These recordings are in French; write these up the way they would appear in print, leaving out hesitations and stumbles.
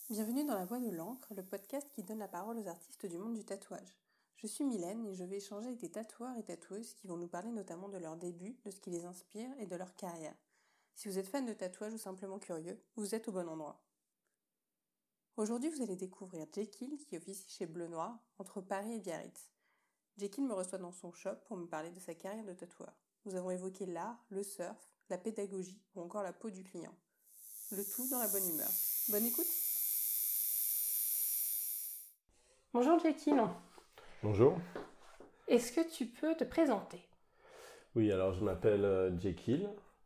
Bienvenue dans La Voix de l'encre, le podcast qui donne la parole aux artistes du monde du tatouage. Je suis Mylène et je vais échanger avec des tatoueurs et tatoueuses qui vont nous parler notamment de leurs débuts, de ce qui les inspire et de leur carrière. Si vous êtes fan de tatouage ou simplement curieux, vous êtes au bon endroit. Aujourd'hui, vous allez découvrir Jekyll qui officie chez Bleu Noir, entre Paris et Biarritz. Jekyll me reçoit dans son shop pour me parler de sa carrière de tatoueur. Nous avons évoqué l'art, le surf, la pédagogie ou encore la peau du client. Le tout dans la bonne humeur. Bonne écoute! Bonjour Jekyll. Bonjour. Est-ce que tu peux te présenter? Oui, alors je m'appelle Jekyll.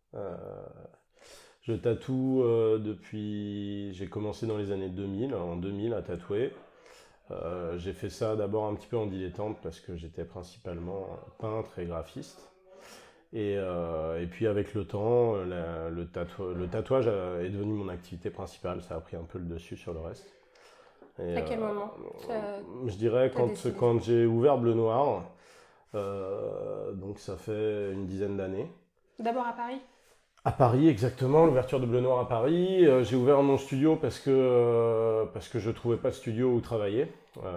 Je tatoue depuis... J'ai commencé dans les années 2000, en 2000 à tatouer. J'ai fait ça d'abord un petit peu en dilettante parce que j'étais principalement peintre et graphiste. Et puis avec le temps, le tatouage est devenu mon activité principale. Ça a pris un peu le dessus sur le reste. Et à quel moment je dirais quand j'ai ouvert Bleu Noir, donc ça fait une dizaine d'années. D'abord à Paris? À Paris, exactement, l'ouverture de Bleu Noir à Paris. J'ai ouvert mon studio parce que je trouvais pas de studio où travailler.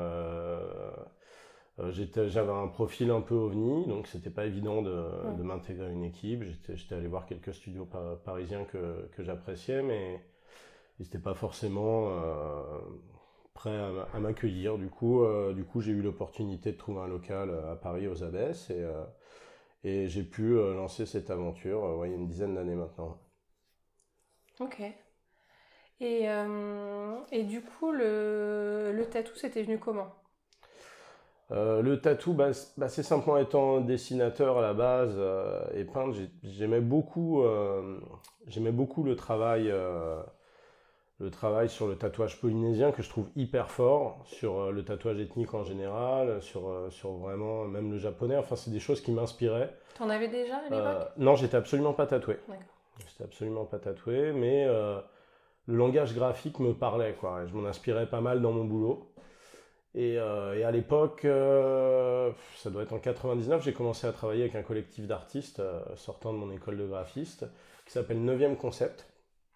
J'avais un profil un peu ovni, donc c'était pas évident de m'intégrer à une équipe. J'étais allé voir quelques studios parisiens que j'appréciais, mais ils n'étaient pas forcément prêt à m'accueillir. Du coup, j'ai eu l'opportunité de trouver un local à Paris aux Abbesses et j'ai pu lancer cette aventure il y a une dizaine d'années maintenant. Ok. Et du coup, le tatou, c'était venu comment? Le tatou, c'est simplement étant dessinateur à la base et peintre, j'aimais beaucoup le travail sur le tatouage polynésien que je trouve hyper fort, sur le tatouage ethnique en général, sur vraiment même le japonais. Enfin, c'est des choses qui m'inspiraient. T'en avais déjà à l'époque? Non, j'étais absolument pas tatoué. D'accord. J'étais absolument pas tatoué, mais le langage graphique me parlait, quoi. Et je m'en inspirais pas mal dans mon boulot. Et à l'époque, ça doit être en 99, j'ai commencé à travailler avec un collectif d'artistes sortant de mon école de graphiste qui s'appelle 9e Concept.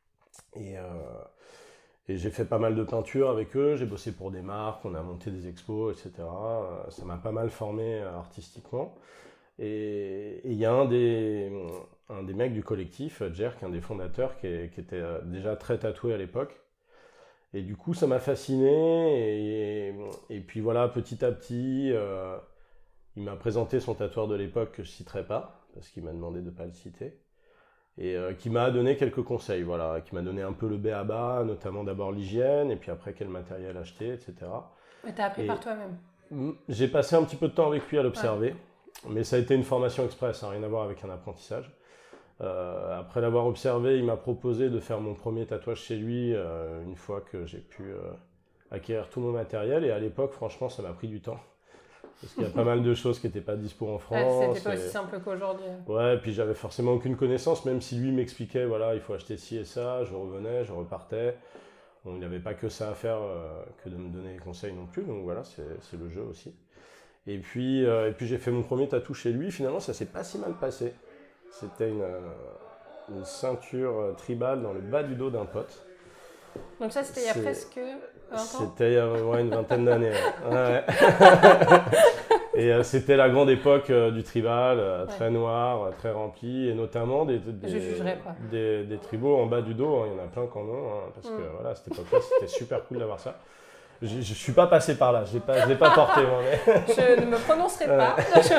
Et j'ai fait pas mal de peintures avec eux, j'ai bossé pour des marques, on a monté des expos, etc. Ça m'a pas mal formé artistiquement. Et il y a un des mecs du collectif, Jerk, un des fondateurs, qui était déjà très tatoué à l'époque. Et du coup, ça m'a fasciné. Et puis voilà, petit à petit, il m'a présenté son tatoueur de l'époque que je ne citerai pas, parce qu'il m'a demandé de ne pas le citer. Et qui m'a donné quelques conseils, voilà, qui m'a donné un peu le b.a.-ba, notamment d'abord l'hygiène, et puis après quel matériel acheter, etc. Mais t'as appris par toi-même? J'ai passé un petit peu de temps avec lui à l'observer, mais ça a été une formation express, rien à voir avec un apprentissage. Après l'avoir observé, il m'a proposé de faire mon premier tatouage chez lui une fois que j'ai pu acquérir tout mon matériel, et à l'époque, franchement, ça m'a pris du temps. Parce qu'il y a pas mal de choses qui n'étaient pas dispo en France. C'était pas aussi simple qu'aujourd'hui. Ouais, et puis j'avais forcément aucune connaissance, même si lui m'expliquait, voilà, il faut acheter ci et ça, je revenais, je repartais. Bon, il n'y avait pas que ça à faire que de me donner des conseils non plus, donc voilà, c'est le jeu aussi. Et puis j'ai fait mon premier tatou chez lui, finalement ça s'est pas si mal passé. C'était une ceinture tribale dans le bas du dos d'un pote. Donc ça, c'était il y a presque 20 ans? C'était il y a une vingtaine d'années. Ouais. Et c'était la grande époque du tribal, très noir, très rempli, et notamment des tribaux en bas du dos. Il y en a plein qui en ont, parce que voilà, à cette époque-là, c'était super cool d'avoir ça. Je ne suis pas passé par là, je ne l'ai pas porté. Moi, mais... Je ne me prononcerai pas.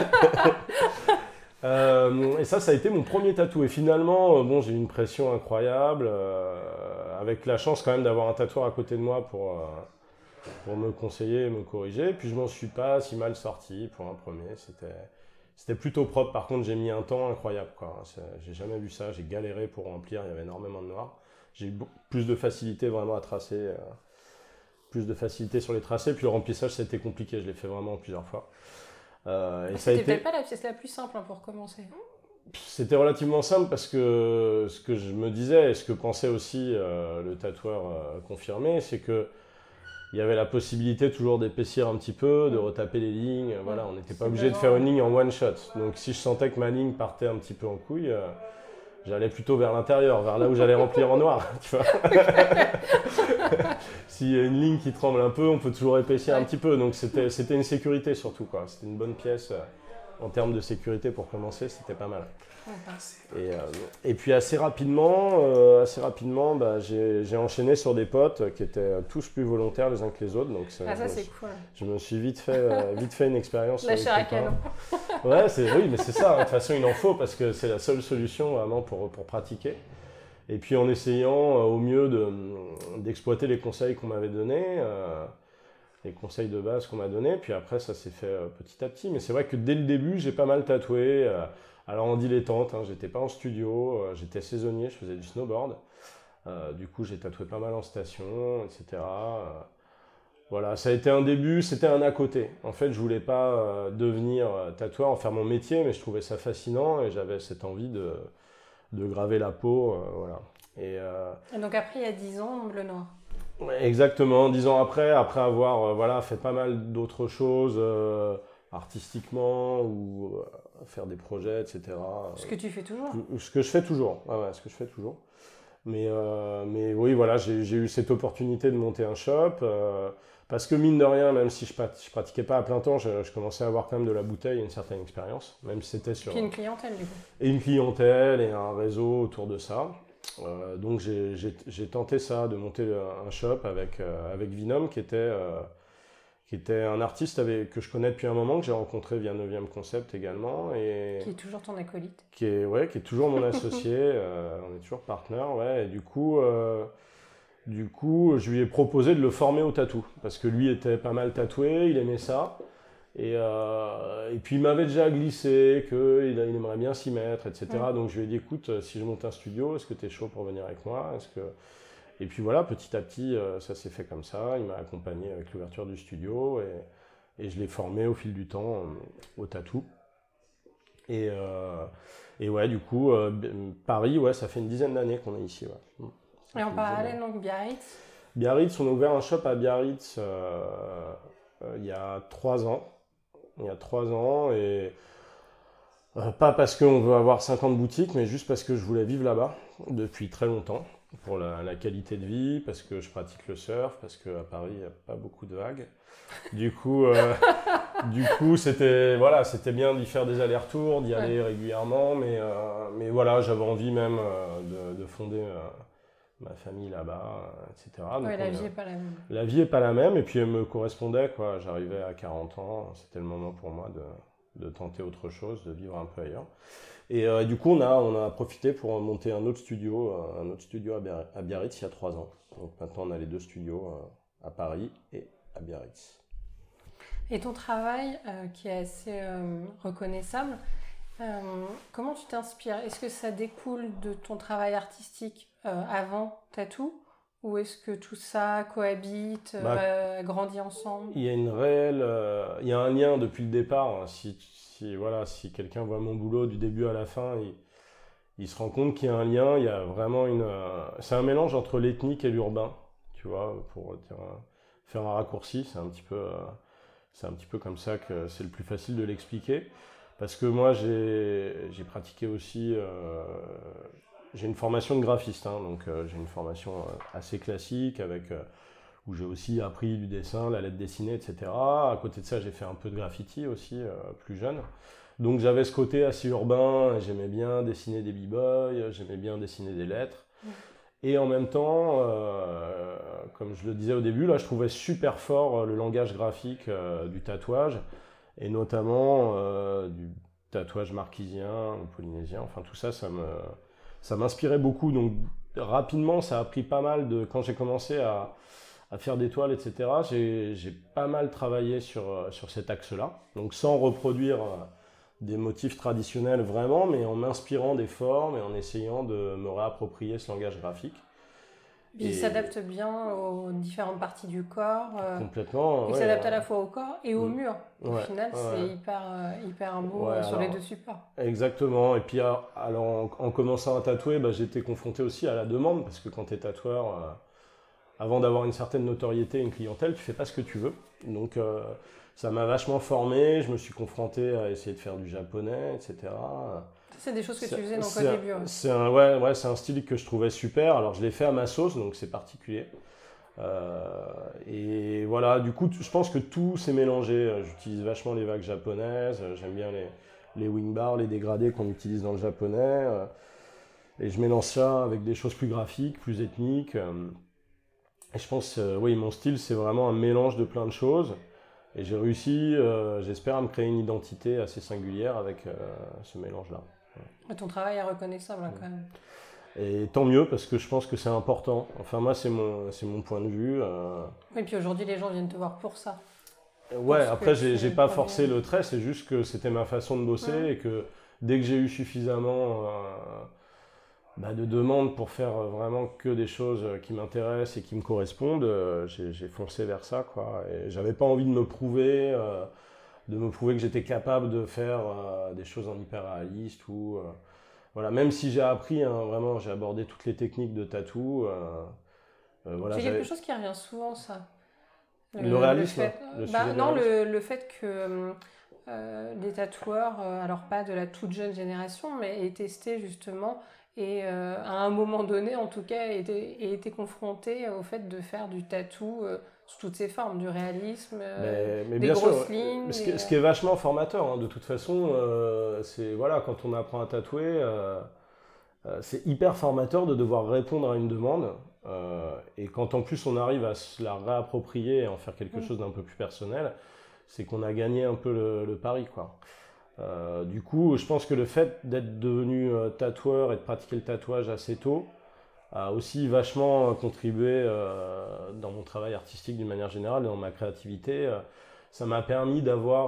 Et ça a été mon premier tatou. Et finalement, j'ai eu une pression incroyable, avec la chance quand même d'avoir un tatoueur à côté de moi pour me conseiller et me corriger. Puis je m'en suis pas si mal sorti pour un premier. C'était plutôt propre. Par contre, j'ai mis un temps incroyable, quoi. J'ai jamais vu ça. J'ai galéré pour remplir. Il y avait énormément de noir. J'ai eu plus de facilité vraiment à tracer. Plus de facilité sur les tracés. Puis le remplissage, c'était compliqué. Je l'ai fait vraiment plusieurs fois. C'était peut-être pas la pièce la plus simple pour commencer. C'était relativement simple parce que ce que je me disais et ce que pensait aussi le tatoueur confirmé, c'est que il y avait la possibilité toujours d'épaissir un petit peu, de retaper les lignes. Voilà, on n'était pas obligé de faire une ligne en one shot. Donc si je sentais que ma ligne partait un petit peu en couille, J'allais plutôt vers l'intérieur, vers là où j'allais remplir en noir, tu vois. S'il y a une ligne qui tremble un peu, on peut toujours épaissir un petit peu. Donc c'était une sécurité surtout, quoi. C'était une bonne pièce en termes de sécurité pour commencer, c'était pas mal. Et puis assez rapidement, bah, j'ai enchaîné sur des potes qui étaient tous plus volontaires les uns que les autres. Donc ça c'est cool. Je me suis vite fait une expérience. La chair à canon. Ouais, oui, mais c'est ça. De toute façon, il en faut parce que c'est la seule solution vraiment pour pratiquer. Et puis en essayant au mieux d'exploiter les conseils qu'on m'avait donnés, les conseils de base qu'on m'a donnés. Puis après, ça s'est fait petit à petit. Mais c'est vrai que dès le début, j'ai pas mal tatoué. Alors en dilettante, hein, j'étais pas en studio, j'étais saisonnier, je faisais du snowboard. Du coup, j'ai tatoué pas mal en station, etc. Voilà, ça a été un début, c'était un à côté. En fait, je voulais pas devenir tatoueur, en faire mon métier, mais je trouvais ça fascinant et j'avais cette envie de graver la peau, voilà. Et donc après, il y a 10 ans, Bleu Noir. Exactement, 10 ans après avoir voilà, fait pas mal d'autres choses artistiquement ou faire des projets, etc. Ce que tu fais toujours. Ce que je fais toujours, ce que je fais toujours. Mais oui, voilà, j'ai eu cette opportunité de monter un shop parce que mine de rien, même si je pratiquais pas à plein temps, je commençais à avoir quand même de la bouteille et une certaine expérience, même si c'était sur... Puis une clientèle du coup. Et une clientèle et un réseau autour de ça. Donc j'ai tenté ça, de monter un shop avec Vinom qui était un artiste que je connais depuis un moment, que j'ai rencontré via 9e Concept également. Qui est toujours ton acolyte. Qui est toujours mon associé, on est toujours partenaires. Ouais, et du coup, je lui ai proposé de le former au tatou, parce que lui était pas mal tatoué, il aimait ça. Et puis il m'avait déjà glissé qu'il aimerait bien s'y mettre, etc. Donc je lui ai dit, écoute, si je monte un studio, est-ce que tu es chaud pour venir avec moi? Et puis voilà, petit à petit, ça s'est fait comme ça. Il m'a accompagné avec l'ouverture du studio et je l'ai formé au fil du temps au tatou. Et ouais, du coup, Paris, ouais, ça fait une dizaine d'années qu'on est ici. Ouais. Et en parallèle, donc Biarritz? Biarritz, on a ouvert un shop à Biarritz il y a 3 ans. Il y a 3 ans et pas parce qu'on veut avoir 50 boutiques, mais juste parce que je voulais vivre là-bas depuis très longtemps. Pour la qualité de vie, parce que je pratique le surf, parce qu'à Paris, il n'y a pas beaucoup de vagues. Du coup, c'était bien d'y faire des allers-retours, d'y aller régulièrement, mais voilà, j'avais envie même de fonder ma famille là-bas, etc. Donc, la vie n'est pas la même. La vie n'est pas la même, et puis elle me correspondait, quoi. J'arrivais à 40 ans, c'était le moment pour moi de tenter autre chose, de vivre un peu ailleurs. Et du coup, on a profité pour monter un autre studio à Biarritz il y a 3 ans. Donc maintenant, on a les 2 studios à Paris et à Biarritz. Et ton travail, qui est assez reconnaissable, comment tu t'inspires? Est-ce que ça découle de ton travail artistique avant Tattoo? Ou est-ce que tout ça cohabite, grandit ensemble? Il y a il y a un lien depuis le départ. Si quelqu'un voit mon boulot du début à la fin, il se rend compte qu'il y a un lien. Il y a vraiment c'est un mélange entre l'ethnique et l'urbain, tu vois, pour faire un raccourci. C'est un petit peu comme ça que c'est le plus facile de l'expliquer. Parce que moi, j'ai pratiqué aussi... j'ai une formation de graphiste, hein, donc j'ai une formation assez classique où j'ai aussi appris du dessin, la lettre dessinée, etc. À côté de ça, j'ai fait un peu de graffiti aussi, plus jeune. Donc j'avais ce côté assez urbain, j'aimais bien dessiner des b-boys, j'aimais bien dessiner des lettres. Et en même temps, comme je le disais au début, là, je trouvais super fort le langage graphique du tatouage, et notamment du tatouage marquisien ou polynésien. Enfin, tout ça, ça m'inspirait beaucoup. Donc rapidement, ça a pris pas mal de... Quand j'ai commencé à faire des toiles, etc., j'ai pas mal travaillé sur cet axe-là. Donc sans reproduire des motifs traditionnels vraiment, mais en m'inspirant des formes et en essayant de me réapproprier ce langage graphique. Il s'adapte bien aux différentes parties du corps. Complètement. Il s'adapte à la fois au corps et au mur. Au final, c'est hyper beau sur les 2 supports. Exactement. Et puis, alors, en commençant à tatouer, j'étais confronté aussi à la demande, parce que quand tu es tatoueur, avant d'avoir une certaine notoriété et une clientèle, tu fais pas ce que tu veux. Donc, ça m'a vachement formé. Je me suis confronté à essayer de faire du japonais, etc. C'est des choses que tu faisais donc au début. C'est un style que je trouvais super. Alors je l'ai fait à ma sauce, donc c'est particulier. Et voilà, du coup, je pense que tout s'est mélangé. J'utilise vachement les vagues japonaises. J'aime bien les wing bars, les dégradés qu'on utilise dans le japonais. Et je mélange ça avec des choses plus graphiques, plus ethniques. Et je pense, oui, mon style, c'est vraiment un mélange de plein de choses. Et j'ai réussi, j'espère, à me créer une identité assez singulière avec ce mélange-là. Ouais. Ton travail est reconnaissable quand même. Et tant mieux, parce que je pense que c'est important. Enfin, moi, c'est mon point de vue. Oui, puis aujourd'hui, les gens viennent te voir pour ça. Ouais, après, j'ai pas forcé le trait, c'est juste que c'était ma façon de bosser et que dès que j'ai eu suffisamment de demandes pour faire vraiment que des choses qui m'intéressent et qui me correspondent, j'ai foncé vers ça, quoi. Et j'avais pas envie de me prouver que j'étais capable de faire des choses en hyper réaliste ou voilà, même si j'ai appris, vraiment, j'ai abordé toutes les techniques de tatou. Voilà, c'est quelque chose qui revient souvent, ça. Le réalisme, le fait que les tatoueurs, alors pas de la toute jeune génération, mais aient testé justement et à un moment donné, en tout cas, aient été confrontés au fait de faire du tatou sous toutes ses formes, du réalisme, mais des bien grosses sûr, lignes. Ce qui est vachement formateur, de toute façon, c'est voilà, quand on apprend à tatouer, c'est hyper formateur de devoir répondre à une demande. Et quand en plus on arrive à se la réapproprier et en faire quelque chose d'un peu plus personnel, c'est qu'on a gagné un peu le pari, quoi. Du coup, je pense que le fait d'être devenu tatoueur et de pratiquer le tatouage assez tôt a aussi vachement contribué dans mon travail artistique d'une manière générale et dans ma créativité. Ça m'a permis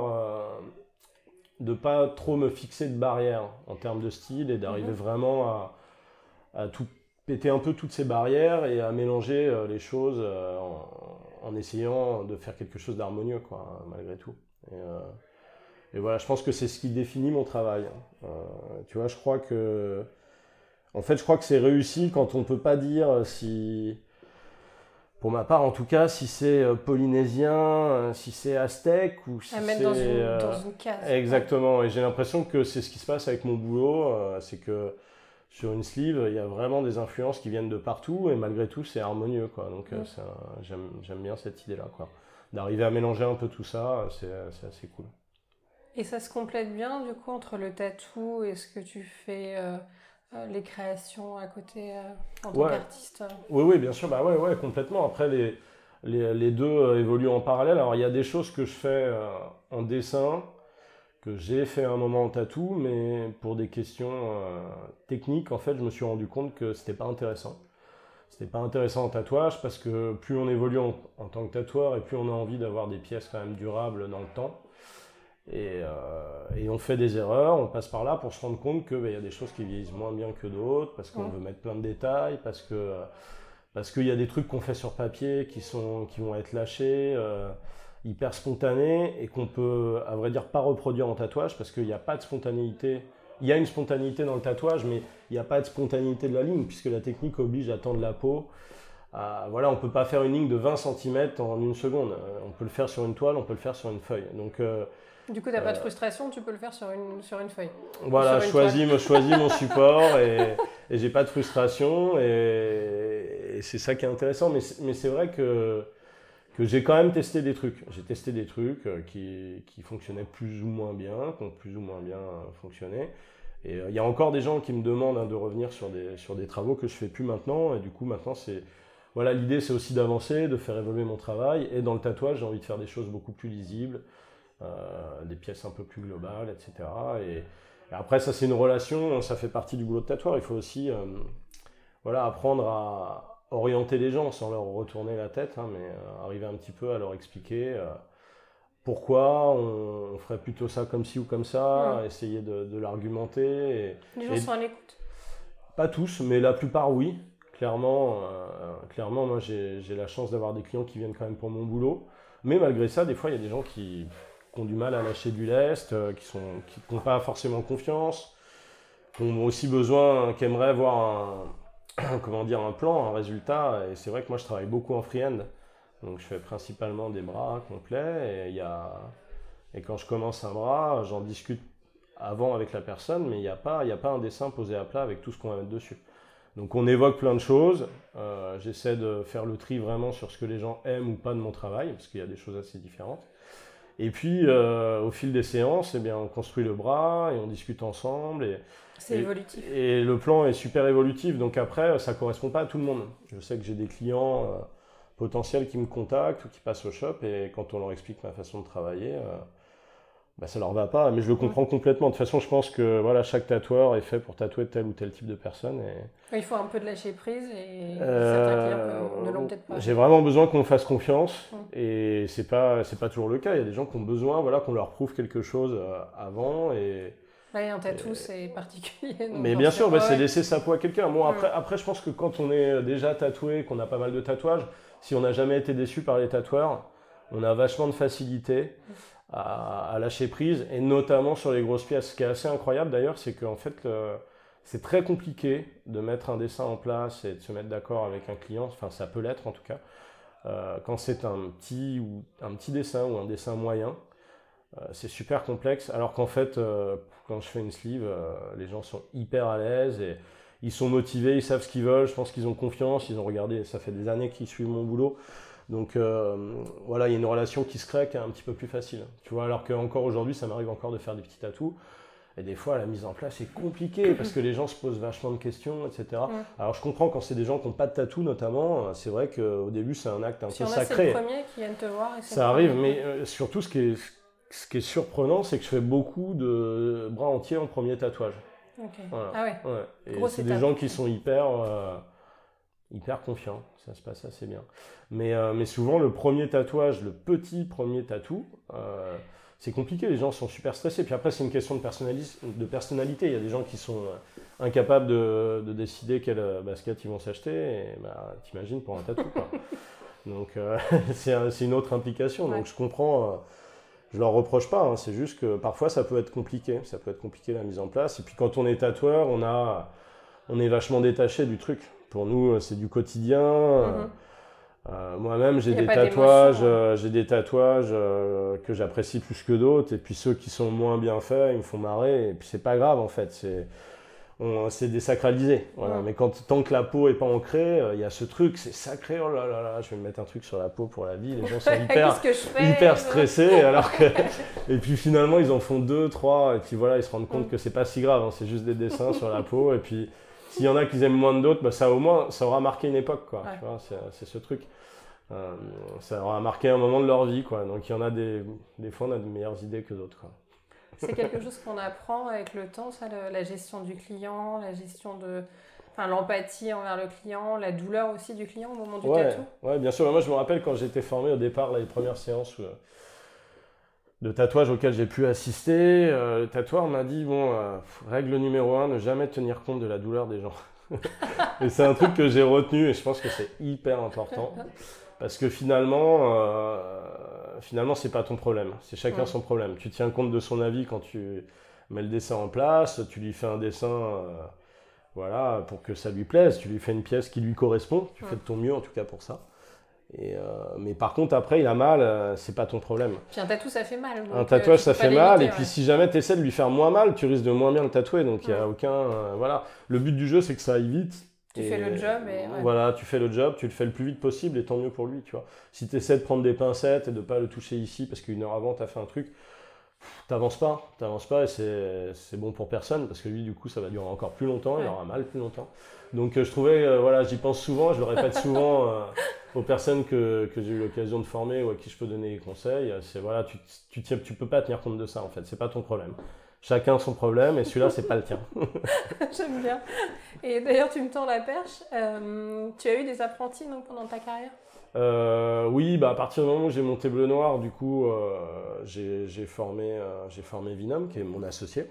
de pas trop me fixer de barrières en termes de style et d'arriver vraiment à tout péter un peu toutes ces barrières et à mélanger les choses en essayant de faire quelque chose d'harmonieux, quoi, malgré tout. Et voilà, je pense que c'est ce qui définit mon travail. Tu vois, je crois que c'est réussi quand on peut pas dire si, pour ma part en tout cas, si c'est polynésien, si c'est aztèque ou si à c'est... mettre dans une case. Exactement, et j'ai l'impression que c'est ce qui se passe avec mon boulot, c'est que sur une sleeve, il y a vraiment des influences qui viennent de partout et malgré tout, c'est harmonieux, quoi. Donc j'aime bien cette idée-là, quoi. D'arriver à mélanger un peu tout ça, c'est assez cool. Et ça se complète bien, du coup, entre le tatou et ce que tu fais, les créations à côté en tant qu'artiste. Oui, bien sûr, ouais, complètement. Après, les deux évoluent en parallèle. Alors, il y a des choses que je fais en dessin, que j'ai fait un moment en tatou, mais pour des questions techniques, en fait, je me suis rendu compte que c'était pas intéressant. C'était pas intéressant en tatouage parce que plus on évolue en tant que tatoueur et plus on a envie d'avoir des pièces quand même durables dans le temps. Et on fait des erreurs, on passe par là pour se rendre compte qu'il y a des choses qui vieillissent moins bien que d'autres, parce qu'on veut mettre plein de détails, parce qu'il y a des trucs qu'on fait sur papier qui vont être lâchés, hyper spontanés, et qu'on peut, à vrai dire, pas reproduire en tatouage, parce qu'il n'y a pas de spontanéité. Il y a une spontanéité dans le tatouage, mais il n'y a pas de spontanéité de la ligne, puisque la technique oblige à tendre la peau. Voilà, on ne peut pas faire une ligne de 20 cm en une seconde. On peut le faire sur une toile, on peut le faire sur une feuille. Donc, du coup, tu n'as pas de frustration, tu peux le faire sur une feuille. Voilà, je choisis mon support et j'ai pas de frustration et c'est ça qui est intéressant. Mais c'est vrai que j'ai quand même testé des trucs. J'ai testé des trucs qui fonctionnaient plus ou moins bien, qui ont plus ou moins bien fonctionné. Et il y a encore des gens qui me demandent de revenir sur des travaux que je fais plus maintenant. Et du coup, maintenant, voilà, l'idée, c'est aussi d'avancer, de faire évoluer mon travail. Et dans le tatouage, j'ai envie de faire des choses beaucoup plus lisibles. Des pièces un peu plus globales, etc. Et après, ça c'est une relation, ça fait partie du boulot de tatoueur. Il faut aussi apprendre à orienter les gens sans leur retourner la tête, mais arriver un petit peu à leur expliquer pourquoi on ferait plutôt ça comme ci ou comme ça, essayer de l'argumenter. Les gens sont à l'écoute? Pas tous, mais la plupart oui. Clairement, moi j'ai la chance d'avoir des clients qui viennent quand même pour mon boulot. Mais malgré ça, des fois, il y a des gens qui ont du mal à lâcher du lest, qui n'ont pas forcément confiance, qui ont aussi besoin, qui aimeraient voir un plan, un résultat. Et c'est vrai que moi, je travaille beaucoup en freehand. Donc, je fais principalement des bras complets. Et quand je commence un bras, j'en discute avant avec la personne, mais il n'y a pas un dessin posé à plat avec tout ce qu'on va mettre dessus. Donc on évoque plein de choses, j'essaie de faire le tri vraiment sur ce que les gens aiment ou pas de mon travail, parce qu'il y a des choses assez différentes. Et puis au fil des séances, eh bien, on construit le bras et on discute ensemble. C'est évolutif. Et le plan est super évolutif, donc après ça ne correspond pas à tout le monde. Je sais que j'ai des clients potentiels qui me contactent ou qui passent au shop, et quand on leur explique ma façon de travailler, ça leur va pas, mais je le comprends complètement. De toute façon, je pense que voilà, chaque tatoueur est fait pour tatouer tel ou tel type de personne. Il faut un peu de lâcher prise, et certains clients ne l'ont peut-être pas. J'ai vraiment besoin qu'on me fasse confiance, et c'est pas toujours le cas. Il y a des gens qui ont besoin, voilà, qu'on leur prouve quelque chose avant. Un tatou, c'est particulier. Mais bien sûr, c'est laisser sa peau à quelqu'un. Bon, après, je pense que quand on est déjà tatoué, qu'on a pas mal de tatouages, si on n'a jamais été déçu par les tatoueurs, on a vachement de facilité à lâcher prise, et notamment sur les grosses pièces. Ce qui est assez incroyable d'ailleurs, c'est qu'en fait, c'est très compliqué de mettre un dessin en place et de se mettre d'accord avec un client, enfin ça peut l'être en tout cas, quand c'est un petit dessin ou un dessin moyen, c'est super complexe, alors qu'en fait, quand je fais une sleeve, les gens sont hyper à l'aise, et ils sont motivés, ils savent ce qu'ils veulent, je pense qu'ils ont confiance, ils ont regardé, ça fait des années qu'ils suivent mon boulot. Donc voilà, il y a une relation qui se crée, qui est un petit peu plus facile. Tu vois, alors qu'encore aujourd'hui, ça m'arrive encore de faire des petits tatous. Et des fois, la mise en place est compliquée parce que les gens se posent vachement de questions, etc. Alors je comprends quand c'est des gens qui n'ont pas de tatou notamment, c'est vrai qu'au début, c'est un acte un peu sacré. C'est le premier qui viennent te voir. Ça arrive, mais surtout ce qui est surprenant, c'est que je fais beaucoup de bras entiers en premier tatouage. Okay. Voilà. Ah ouais. Et c'est des gens qui sont hyper confiant, ça se passe assez bien. Mais souvent, le premier tatouage, le petit premier tatou, c'est compliqué, les gens sont super stressés. Puis après, c'est une question de personnalité. Il y a des gens qui sont incapables de décider quel basket ils vont s'acheter, et t'imagines pour un tatou, quoi. Donc, c'est une autre implication. Donc, je comprends, je leur reproche pas, hein, c'est juste que parfois, ça peut être compliqué. Ça peut être compliqué la mise en place. Et puis, quand on est tatoueur, on est vachement détaché du truc. Pour nous, c'est du quotidien. Moi-même, j'ai des tatouages que j'apprécie plus que d'autres. Et puis ceux qui sont moins bien faits, ils me font marrer. Et puis c'est pas grave en fait. C'est désacralisé. Voilà. Mais tant que la peau est pas ancrée, il y a ce truc, c'est sacré. Oh là là là, je vais me mettre un truc sur la peau pour la vie. Les gens sont hyper stressés. Alors que... Et puis finalement, ils en font 2, 3. Et puis voilà, ils se rendent compte que c'est pas si grave. Hein, c'est juste des dessins sur la peau. Et puis. S'il y en a qui aiment moins d'autres, ça au moins, ça aura marqué une époque, quoi. Tu vois, c'est ce truc. Ça aura marqué un moment de leur vie, quoi. Donc il y en a des fois, on a de meilleures idées que d'autres, quoi. C'est quelque chose qu'on apprend avec le temps, ça, la gestion du client, la gestion l'empathie envers le client, la douleur aussi du client au moment du tatou. Ouais, bien sûr. Moi, je me rappelle quand j'étais formé au départ, les premières séances de tatouage auquel j'ai pu assister, le tatoueur m'a dit, règle numéro 1, ne jamais tenir compte de la douleur des gens. Et c'est un truc que j'ai retenu, et je pense que c'est hyper important, parce que finalement, c'est pas ton problème, c'est chacun son problème. Tu tiens compte de son avis quand tu mets le dessin en place, tu lui fais un dessin pour que ça lui plaise, tu lui fais une pièce qui lui correspond, tu fais de ton mieux en tout cas pour ça. Mais par contre, après, il a mal, c'est pas ton problème. Puis un tatou, ça fait mal. Un tatouage, ça fait mal. Et puis, si jamais tu essaies de lui faire moins mal, tu risques de moins bien le tatouer. Donc, il n'y a aucun. Voilà. Le but du jeu, c'est que ça aille vite. Tu fais le job. Voilà, tu fais le job, tu le fais le plus vite possible, et tant mieux pour lui. Tu vois. Si tu essaies de prendre des pincettes et de ne pas le toucher ici parce qu'une heure avant, tu as fait un truc, t'avances pas. Et c'est bon pour personne parce que lui, du coup, ça va durer encore plus longtemps. Il aura mal plus longtemps. Donc, je trouvais, j'y pense souvent, je le répète souvent. Aux personnes que j'ai eu l'occasion de former ou à qui je peux donner des conseils, c'est tu peux pas tenir compte de ça en fait, c'est pas ton problème. Chacun son problème, et celui-là c'est pas le tien. J'aime bien. Et d'ailleurs tu me tends la perche, tu as eu des apprentis donc, pendant ta carrière? Oui, à partir du moment où j'ai monté Bleu Noir, du coup j'ai formé Vinom qui est mon associé.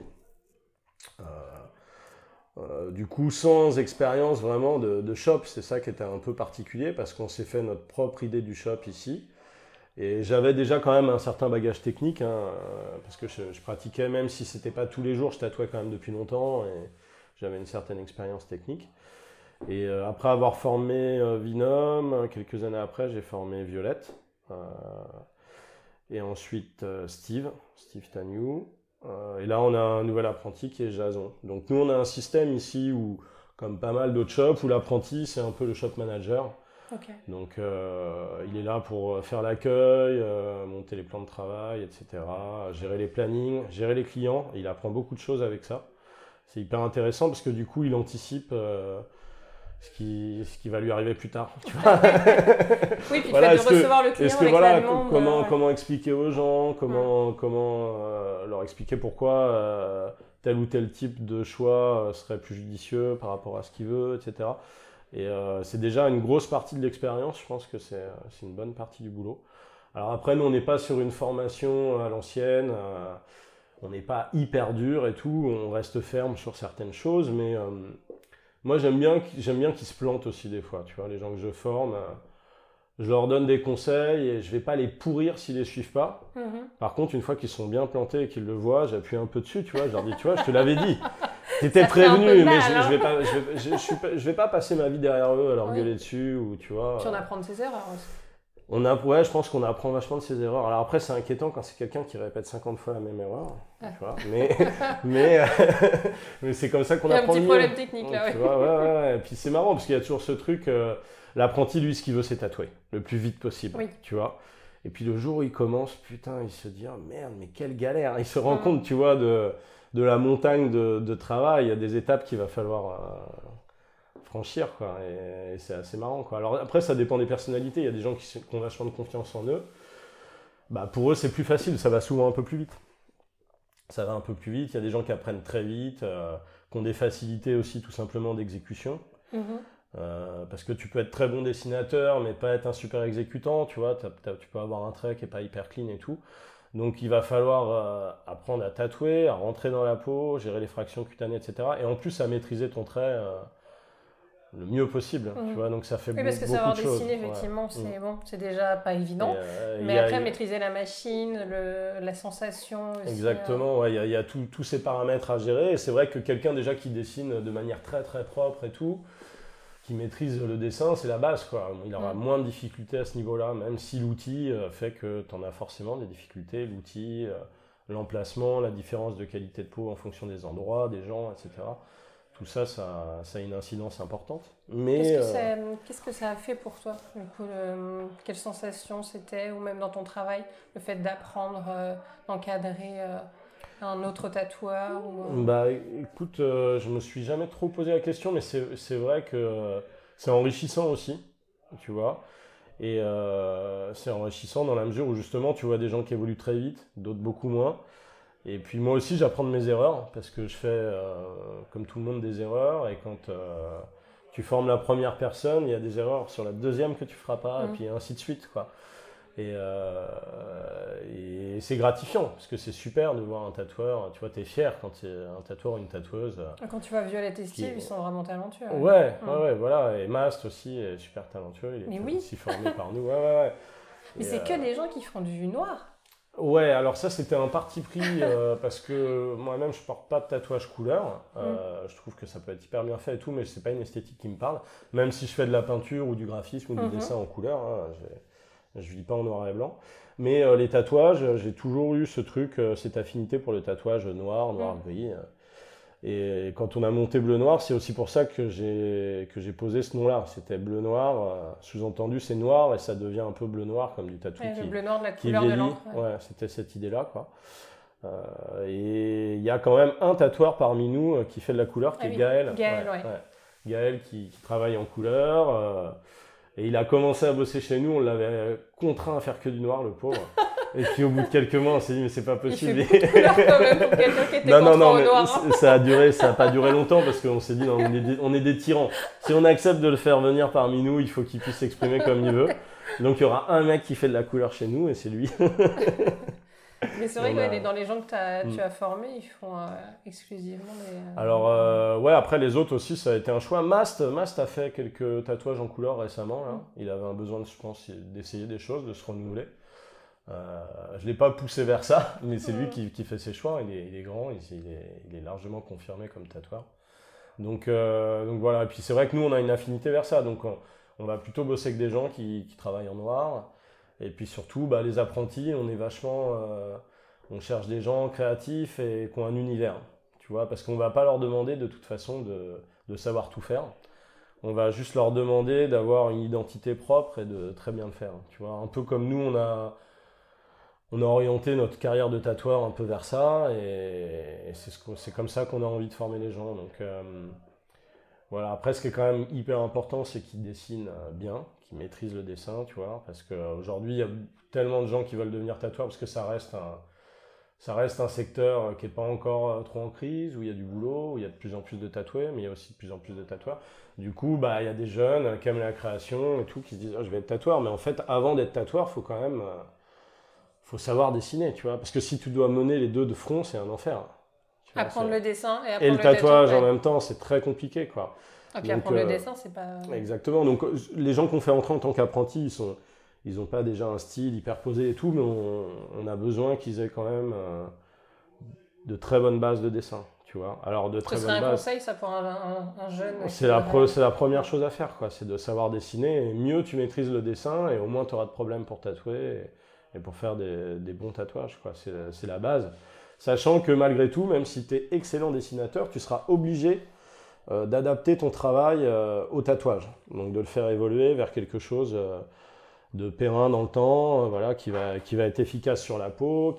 Du coup, sans expérience vraiment de shop, c'est ça qui était un peu particulier parce qu'on s'est fait notre propre idée du shop ici. Et j'avais déjà quand même un certain bagage technique, parce que je pratiquais, même si c'était pas tous les jours, je tatouais quand même depuis longtemps et j'avais une certaine expérience technique. Et après avoir formé Vinom, quelques années après, j'ai formé Violette. Et ensuite Steve Tagnou. Et là, on a un nouvel apprenti qui est Jason. Donc nous, on a un système ici où, comme pas mal d'autres shops, où l'apprenti, c'est un peu le shop manager. Okay. Donc il est là pour faire l'accueil, monter les plans de travail, etc., gérer les plannings, gérer les clients. Et il apprend beaucoup de choses avec ça. C'est hyper intéressant parce que du coup, il anticipe ce qui va lui arriver plus tard. Tu vois. Oui, puis voilà, tu vas recevoir le client avec la demande. Comment expliquer aux gens, comment leur expliquer pourquoi tel ou tel type de choix serait plus judicieux par rapport à ce qu'il veut, etc. Et c'est déjà une grosse partie de l'expérience, je pense que c'est une bonne partie du boulot. Alors après, nous, on n'est pas sur une formation à l'ancienne, on n'est pas hyper dur et tout, on reste ferme sur certaines choses, mais moi, j'aime bien qu'ils se plantent aussi des fois, tu vois, les gens que je forme, je leur donne des conseils et je vais pas les pourrir s'ils les suivent pas. Par contre, une fois qu'ils sont bien plantés et qu'ils le voient, j'appuie un peu dessus, tu vois, je leur dis, tu vois, je te l'avais dit. T'étais prévenu, mais je vais pas passer ma vie derrière eux à leur gueuler dessus ou tu vois. Puis on apprend de ses erreurs aussi. Ouais, je pense qu'on apprend vachement de ses erreurs. Alors après, c'est inquiétant quand c'est quelqu'un qui répète 50 fois la même erreur, tu vois. Mais c'est comme ça qu'on apprend mieux. Il y a un petit problème technique là, tu vois, ouais. Et puis c'est marrant parce qu'il y a toujours ce truc, l'apprenti, lui, ce qu'il veut, c'est tatouer le plus vite possible, tu vois. Et puis le jour où il commence, putain, il se dit, oh, merde, mais quelle galère. Il se rend compte, tu vois, de la montagne de travail. Il y a des étapes qu'il va falloir franchir, quoi. Et c'est assez marrant, quoi. Alors après, ça dépend des personnalités. Il y a des gens qui ont vachement de confiance en eux. Bah, pour eux, c'est plus facile. Ça va souvent un peu plus vite. Ça va un peu plus vite. Il y a des gens qui apprennent très vite, qui ont des facilités aussi, tout simplement, d'exécution. Parce que tu peux être très bon dessinateur, mais pas être un super exécutant, tu vois. Tu peux avoir un trait qui n'est pas hyper clean et tout. Donc il va falloir apprendre à tatouer, à rentrer dans la peau, gérer les fractions cutanées, etc. Et en plus à maîtriser ton trait le mieux possible, tu vois. Donc ça fait beaucoup de choses. Oui, parce que savoir dessiner, effectivement, c'est déjà pas évident. Mais après, maîtriser la machine, la sensation aussi. Exactement, il y a tous ces paramètres à gérer. Et c'est vrai que quelqu'un déjà qui dessine de manière très très propre et tout, qui maîtrise le dessin, c'est la base, quoi. Il aura moins de difficultés à ce niveau-là, même si l'outil fait que tu en as forcément des difficultés, l'outil, l'emplacement, la différence de qualité de peau en fonction des endroits, des gens, etc. Tout ça, ça a une incidence importante. Mais qu'est-ce que ça a fait pour toi, du coup, quelle sensation c'était, ou même dans ton travail, le fait d'apprendre, d'encadrer un autre tatoueur Bah écoute, je me suis jamais trop posé la question, mais c'est vrai que c'est enrichissant aussi, tu vois. Et c'est enrichissant dans la mesure où justement tu vois des gens qui évoluent très vite, d'autres beaucoup moins. Et puis moi aussi j'apprends de mes erreurs, parce que je fais comme tout le monde des erreurs, et quand tu formes la première personne, il y a des erreurs sur la deuxième que tu feras pas, et puis ainsi de suite, quoi. Et c'est gratifiant, parce que c'est super de voir un tatoueur, tu vois, t'es fier quand c'est un tatoueur ou une tatoueuse. Quand tu vois Violette et Steve, ils sont vraiment talentueux. Ouais, voilà, et Mast aussi est super talentueux, il est aussi formé par nous, ouais. Mais c'est que des gens qui font du noir. Ouais, alors ça c'était un parti pris parce que moi-même je porte pas de tatouage couleur, je trouve que ça peut être hyper bien fait et tout, mais c'est pas une esthétique qui me parle, même si je fais de la peinture ou du graphisme ou du dessin en couleur, je vis pas en noir et blanc, mais les tatouages, j'ai toujours eu ce truc, cette affinité pour le tatouage noir, gris, et quand on a monté Bleu Noir, c'est aussi pour ça que j'ai posé ce nom-là. C'était Bleu Noir, sous-entendu c'est noir et ça devient un peu bleu noir comme du tatou le bleu noir de la couleur de l'encre. Ouais, c'était cette idée-là, quoi. Et il y a quand même un tatoueur parmi nous qui fait de la couleur, qui est Gaël. Gaël qui travaille en couleur. Et il a commencé à bosser chez nous, on l'avait contraint à faire que du noir, le pauvre. Et puis au bout de quelques mois, on s'est dit mais c'est pas possible. Il fait beaucoup de couleurs quand même pour quelqu'un qui était contraint au noir. Ça a pas duré longtemps parce qu'on s'est dit non, on est des tyrans. Si on accepte de le faire venir parmi nous, il faut qu'il puisse s'exprimer comme il veut. Donc il y aura un mec qui fait de la couleur chez nous et c'est lui. Mais c'est vrai que dans les gens que tu as formés, ils font exclusivement des... Alors, après les autres aussi, ça a été un choix. Mast a fait quelques tatouages en couleur récemment. Là. Il avait un besoin, je pense, d'essayer des choses, de se renouveler. Je ne l'ai pas poussé vers ça, mais c'est lui qui fait ses choix. Il est grand, il est largement confirmé comme tatoueur. Donc voilà, et puis c'est vrai que nous, on a une affinité vers ça. Donc on va plutôt bosser avec des gens qui travaillent en noir. Et puis surtout, les apprentis, on est vachement... On cherche des gens créatifs et qui ont un univers, tu vois, parce qu'on ne va pas leur demander de toute façon de savoir tout faire. On va juste leur demander d'avoir une identité propre et de très bien le faire. Tu vois, un peu comme nous, on a orienté notre carrière de tatoueur un peu vers ça, et c'est comme ça qu'on a envie de former les gens. Donc voilà. Après, ce qui est quand même hyper important, c'est qu'ils dessinent bien, qu'ils maîtrisent le dessin, tu vois, parce qu'aujourd'hui, il y a tellement de gens qui veulent devenir tatoueurs parce que ça reste un secteur qui n'est pas encore trop en crise, où il y a du boulot, où il y a de plus en plus de tatoués, mais il y a aussi de plus en plus de tatoueurs. Du coup, bah, il y a des jeunes qui aiment la création et tout, qui se disent oh, je vais être tatoueur. Mais en fait, avant d'être tatoueur, il faut quand même faut savoir dessiner, tu vois. Parce que si tu dois mener les deux de front, c'est un enfer. Tu vois, Apprendre le dessin et et apprendre le le tatouage tatouage. en même temps, c'est très compliqué, quoi. Et puis Donc, apprendre le dessin, c'est pas... exactement. Donc, les gens qu'on fait entrer en tant qu'apprentis, ils n'ont pas déjà un style hyper posé et tout, mais on a besoin qu'ils aient quand même de très bonnes bases de dessin, tu vois. Alors, de très Ce serait bonnes un bases. conseil, ça, pour un jeune... C'est la première chose à faire, quoi. C'est de savoir dessiner. Et mieux tu maîtrises le dessin, et au moins tu auras de problèmes pour tatouer et pour faire des bons tatouages, quoi. C'est la base. Sachant que malgré tout, même si tu es excellent dessinateur, tu seras obligé d'adapter ton travail au tatouage. Donc de le faire évoluer vers quelque chose de périn dans le temps, voilà, qui va être efficace sur la peau,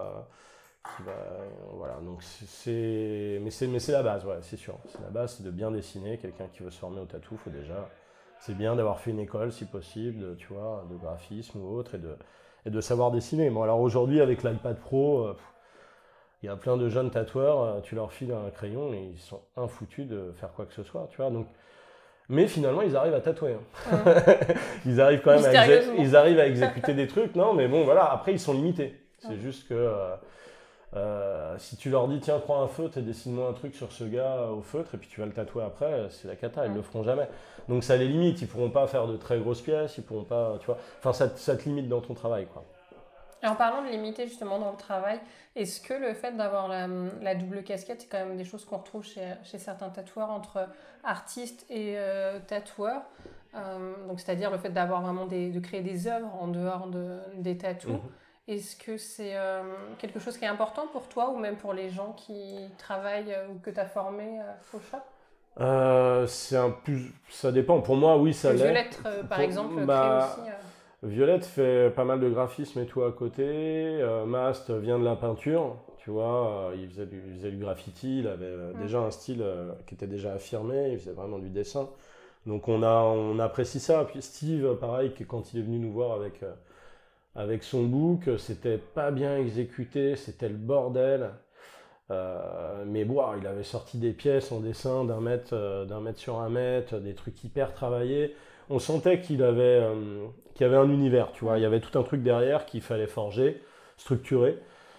voilà. Donc mais c'est la base, ouais, c'est sûr. C'est la base, c'est de bien dessiner. Quelqu'un qui veut se former au tatou, c'est bien d'avoir fait une école si possible, tu vois, de graphisme ou autre, et de savoir dessiner. Bon, alors aujourd'hui avec l'iPad Pro, il y a plein de jeunes tatoueurs, tu leur files un crayon et ils sont infoutus de faire quoi que ce soit, tu vois. Donc, mais finalement, ils arrivent à tatouer. Hein. Ils arrivent quand même ils arrivent à exécuter des trucs. Non, mais bon, voilà. Après, ils sont limités. C'est juste que si tu leur dis, tiens, prends un feutre et dessine-moi un truc sur ce gars au feutre, et puis tu vas le tatouer après, c'est la cata. Ils le feront jamais. Donc, ça les limite. Ils pourront pas faire de très grosses pièces. Ils pourront pas, tu vois. Enfin, ça te limite dans ton travail, quoi. Et en parlant de limiter justement dans le travail, est-ce que le fait d'avoir la double casquette, c'est quand même des choses qu'on retrouve chez certains tatoueurs entre artistes et tatoueurs, donc c'est-à-dire le fait d'avoir vraiment de créer des œuvres en dehors des tatous. Est-ce que c'est quelque chose qui est important pour toi ou même pour les gens qui travaillent ou que tu as formés au shop? Ça dépend. Pour moi, oui, ça l'est. Violette, par exemple, crée aussi... Violette fait pas mal de graphisme et tout à côté. Mast vient de la peinture, tu vois. Il faisait du graffiti, il avait déjà un style qui était déjà affirmé, il faisait vraiment du dessin. Donc on apprécie ça. Puis Steve, pareil, quand il est venu nous voir avec son book, c'était pas bien exécuté, c'était le bordel. Mais bon, il avait sorti des pièces en dessin d'un mètre sur un mètre, des trucs hyper travaillés. On sentait qu'il y avait un univers, tu vois. Il y avait tout un truc derrière qu'il fallait forger, structurer.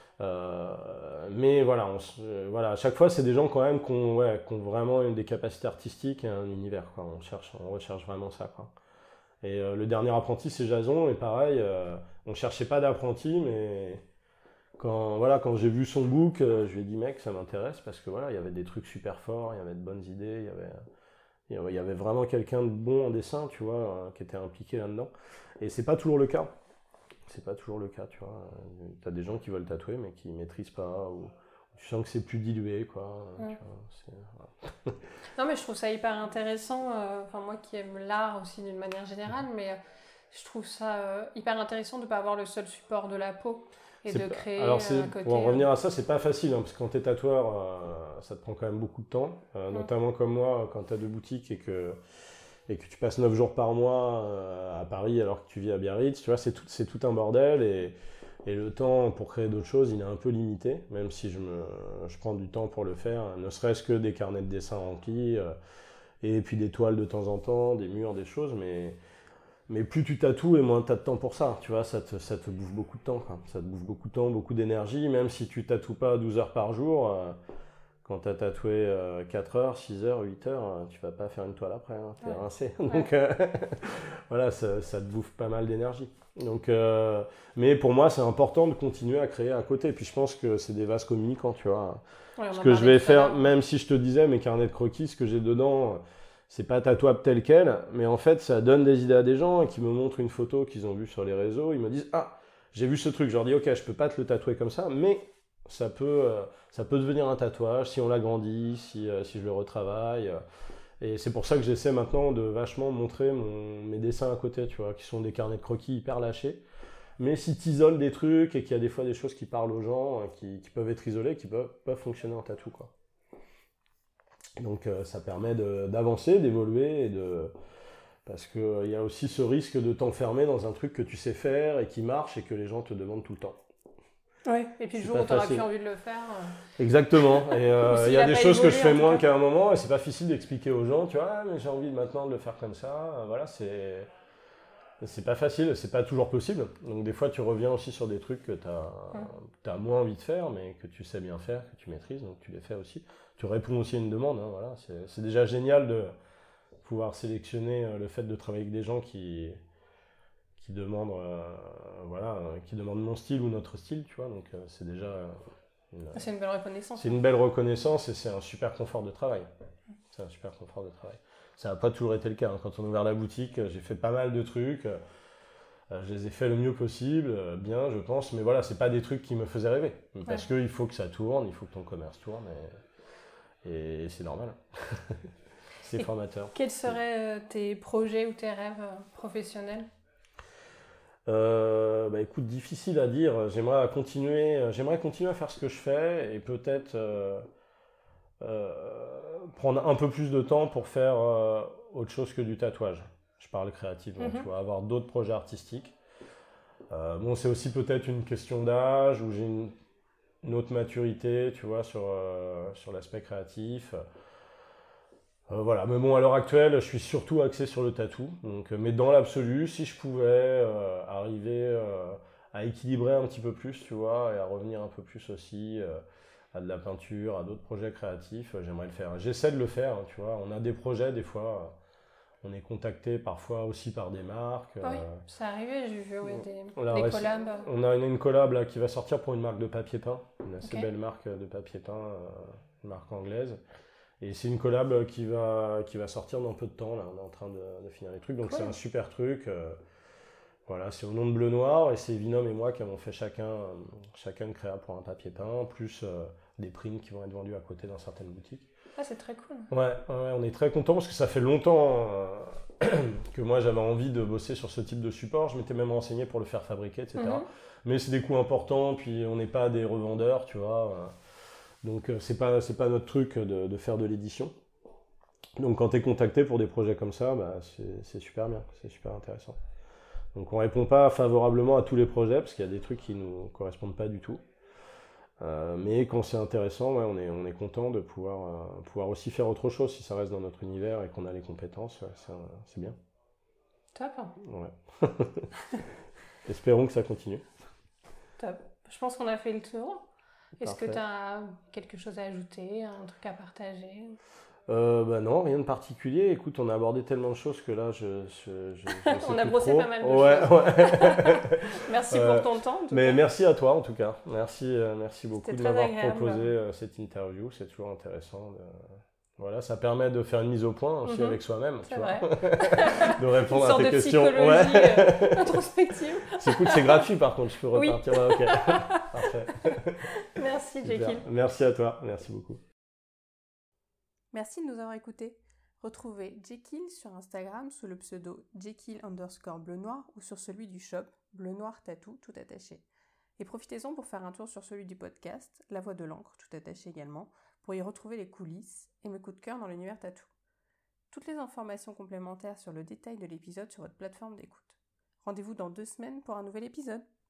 Mais voilà, à chaque fois, c'est des gens quand même qui ont vraiment des capacités artistiques et un univers, quoi. On recherche vraiment ça, quoi. Et le dernier apprenti, c'est Jason, et pareil, on cherchait pas d'apprenti, mais quand j'ai vu son book, je lui ai dit, mec, ça m'intéresse, parce que voilà, il y avait des trucs super forts, il y avait de bonnes idées, il y avait vraiment quelqu'un de bon en dessin, tu vois, qui était impliqué là-dedans. Et c'est pas toujours le cas. C'est pas toujours le cas, tu vois. T'as des gens qui veulent tatouer, mais qui maîtrisent pas, ou tu sens que c'est plus dilué, quoi. Tu vois, voilà. Non, mais je trouve ça hyper intéressant. Moi qui aime l'art aussi d'une manière générale, mais je trouve ça hyper intéressant de ne pas avoir le seul support de la peau. Et de créer alors à côté. Pour en revenir à ça, c'est pas facile, hein, parce que quand tu es tatoueur, ça te prend quand même beaucoup de temps. Notamment comme moi, quand tu as deux boutiques et que tu passes 9 jours par mois à Paris alors que tu vis à Biarritz, tu vois, c'est tout un bordel. Et le temps pour créer d'autres choses, il est un peu limité, même si je prends du temps pour le faire, ne serait-ce que des carnets de dessin remplis, et puis des toiles de temps en temps, des murs, des choses, mais plus tu tatoues et moins tu as de temps pour ça, tu vois, ça te bouffe beaucoup de temps, quoi. Ça te bouffe beaucoup de temps, beaucoup d'énergie, même si tu tatoues pas 12 heures par jour, quand tu as tatoué 4 heures, 6 heures, 8 heures, tu vas pas faire une toile après, hein, t'es rincé. Donc voilà, ça te bouffe pas mal d'énergie. Donc, mais pour moi, c'est important de continuer à créer à côté. Puis je pense que c'est des vases communicants, tu vois. Ce que je vais faire, même si je te disais, mes carnets de croquis, ce que j'ai dedans, c'est pas tatouable tel quel, mais en fait, ça donne des idées à des gens qui me montrent une photo qu'ils ont vue sur les réseaux. Ils me disent, ah, j'ai vu ce truc, je leur dis, ok, je peux pas te le tatouer comme ça, mais ça peut devenir un tatouage si on l'agrandit, si je le retravaille. Et c'est pour ça que j'essaie maintenant de vachement montrer mes dessins à côté, tu vois, qui sont des carnets de croquis hyper lâchés. Mais si tu isoles des trucs et qu'il y a des fois des choses qui parlent aux gens, qui peuvent être isolées, qui peuvent fonctionner en tatou, quoi. Donc ça permet d'avancer, d'évoluer, parce qu'il y a aussi ce risque de t'enfermer dans un truc que tu sais faire et qui marche et que les gens te demandent tout le temps. Oui, et puis le jour où tu n'auras plus envie de le faire. Exactement. Et il y a des choses que je fais moins qu'à un moment et c'est pas facile d'expliquer aux gens, tu vois, ah, mais j'ai envie maintenant de le faire comme ça. Voilà, c'est pas facile, c'est pas toujours possible. Donc des fois tu reviens aussi sur des trucs que tu as moins envie de faire, mais que tu sais bien faire, que tu maîtrises, donc tu les fais aussi. Tu réponds aussi à une demande, hein, voilà. C'est déjà génial de pouvoir sélectionner le fait de travailler avec des gens qui demandent qui demandent mon style ou notre style, tu vois, donc c'est déjà c'est une belle reconnaissance. C'est une belle reconnaissance et c'est un super confort de travail. C'est un super confort de travail. Ça n'a pas toujours été le cas, hein. Quand on a ouvert la boutique, j'ai fait pas mal de trucs, je les ai fait le mieux possible, bien je pense, mais voilà, c'est pas des trucs qui me faisaient rêver, parce qu'il faut que ça tourne, il faut que ton commerce tourne, et c'est normal. C'est formateur. Quels seraient tes projets ou tes rêves professionnels ? Écoute, difficile à dire. J'aimerais continuer à faire ce que je fais et peut-être prendre un peu plus de temps pour faire autre chose que du tatouage. Je parle créativement, tu vois, avoir d'autres projets artistiques. Bon, c'est aussi peut-être une question d'âge où j'ai une autre maturité, tu vois, sur l'aspect créatif. Voilà, mais bon, à l'heure actuelle, je suis surtout axé sur le tatou. Donc, mais dans l'absolu, si je pouvais arriver à équilibrer un petit peu plus, tu vois, et à revenir un peu plus aussi à de la peinture, à d'autres projets créatifs, j'aimerais le faire. J'essaie de le faire, hein, tu vois. On a des projets, des fois, on est contacté parfois aussi par des marques. Oui, c'est arrivé, j'ai vu des collabs. On a une collab là, qui va sortir pour une marque de papier peint, une assez belle marque de papier peint, une marque anglaise. Et c'est une collab qui va sortir dans peu de temps, là. On est en train de finir les trucs, donc c'est un super truc. Voilà, c'est au nom de Bleu Noir, et c'est Vinom et moi qui avons fait chacun une créa pour un papier peint, plus des prints qui vont être vendus à côté dans certaines boutiques. Ah, c'est très cool. Ouais, on est très contents parce que ça fait longtemps que moi j'avais envie de bosser sur ce type de support. Je m'étais même renseigné pour le faire fabriquer, etc. Mais c'est des coûts importants, puis on n'est pas des revendeurs, tu vois. Donc c'est pas notre truc de faire de l'édition. Donc quand tu es contacté pour des projets comme ça, c'est super bien, c'est super intéressant. Donc on répond pas favorablement à tous les projets parce qu'il y a des trucs qui nous correspondent pas du tout. Mais quand c'est intéressant, on est content de pouvoir aussi faire autre chose si ça reste dans notre univers et qu'on a les compétences, c'est bien. Top. Ouais. Espérons que ça continue. Top. Je pense qu'on a fait le tour. Est-ce que tu as quelque chose à ajouter, un truc à partager ? Non, rien de particulier. Écoute, on a abordé tellement de choses que là, on a brossé pas mal de choses. Ouais. Merci pour ton temps. Merci à toi en tout cas. Merci beaucoup de m'avoir agréable. proposé cette interview. C'est toujours intéressant. Voilà, ça permet de faire une mise au point aussi avec soi-même, tu vois. De répondre à tes questions. Introspective. C'est cool, c'est gratuit par contre, je peux repartir. Ouais, ok. Parfait. Merci Jekyll. Merci à toi, merci beaucoup. Merci de nous avoir écoutés. Retrouvez Jekyll sur Instagram sous le pseudo Jekyll_Bleu Noir ou sur celui du shop Bleu Noir Tattoo tout attaché. Et profitez-en pour faire un tour sur celui du podcast La Voix de l'encre tout attaché également pour y retrouver les coulisses et mes coups de cœur dans l'univers tattoo. Toutes les informations complémentaires sur le détail de l'épisode sur votre plateforme d'écoute. Rendez-vous dans 2 semaines pour un nouvel épisode.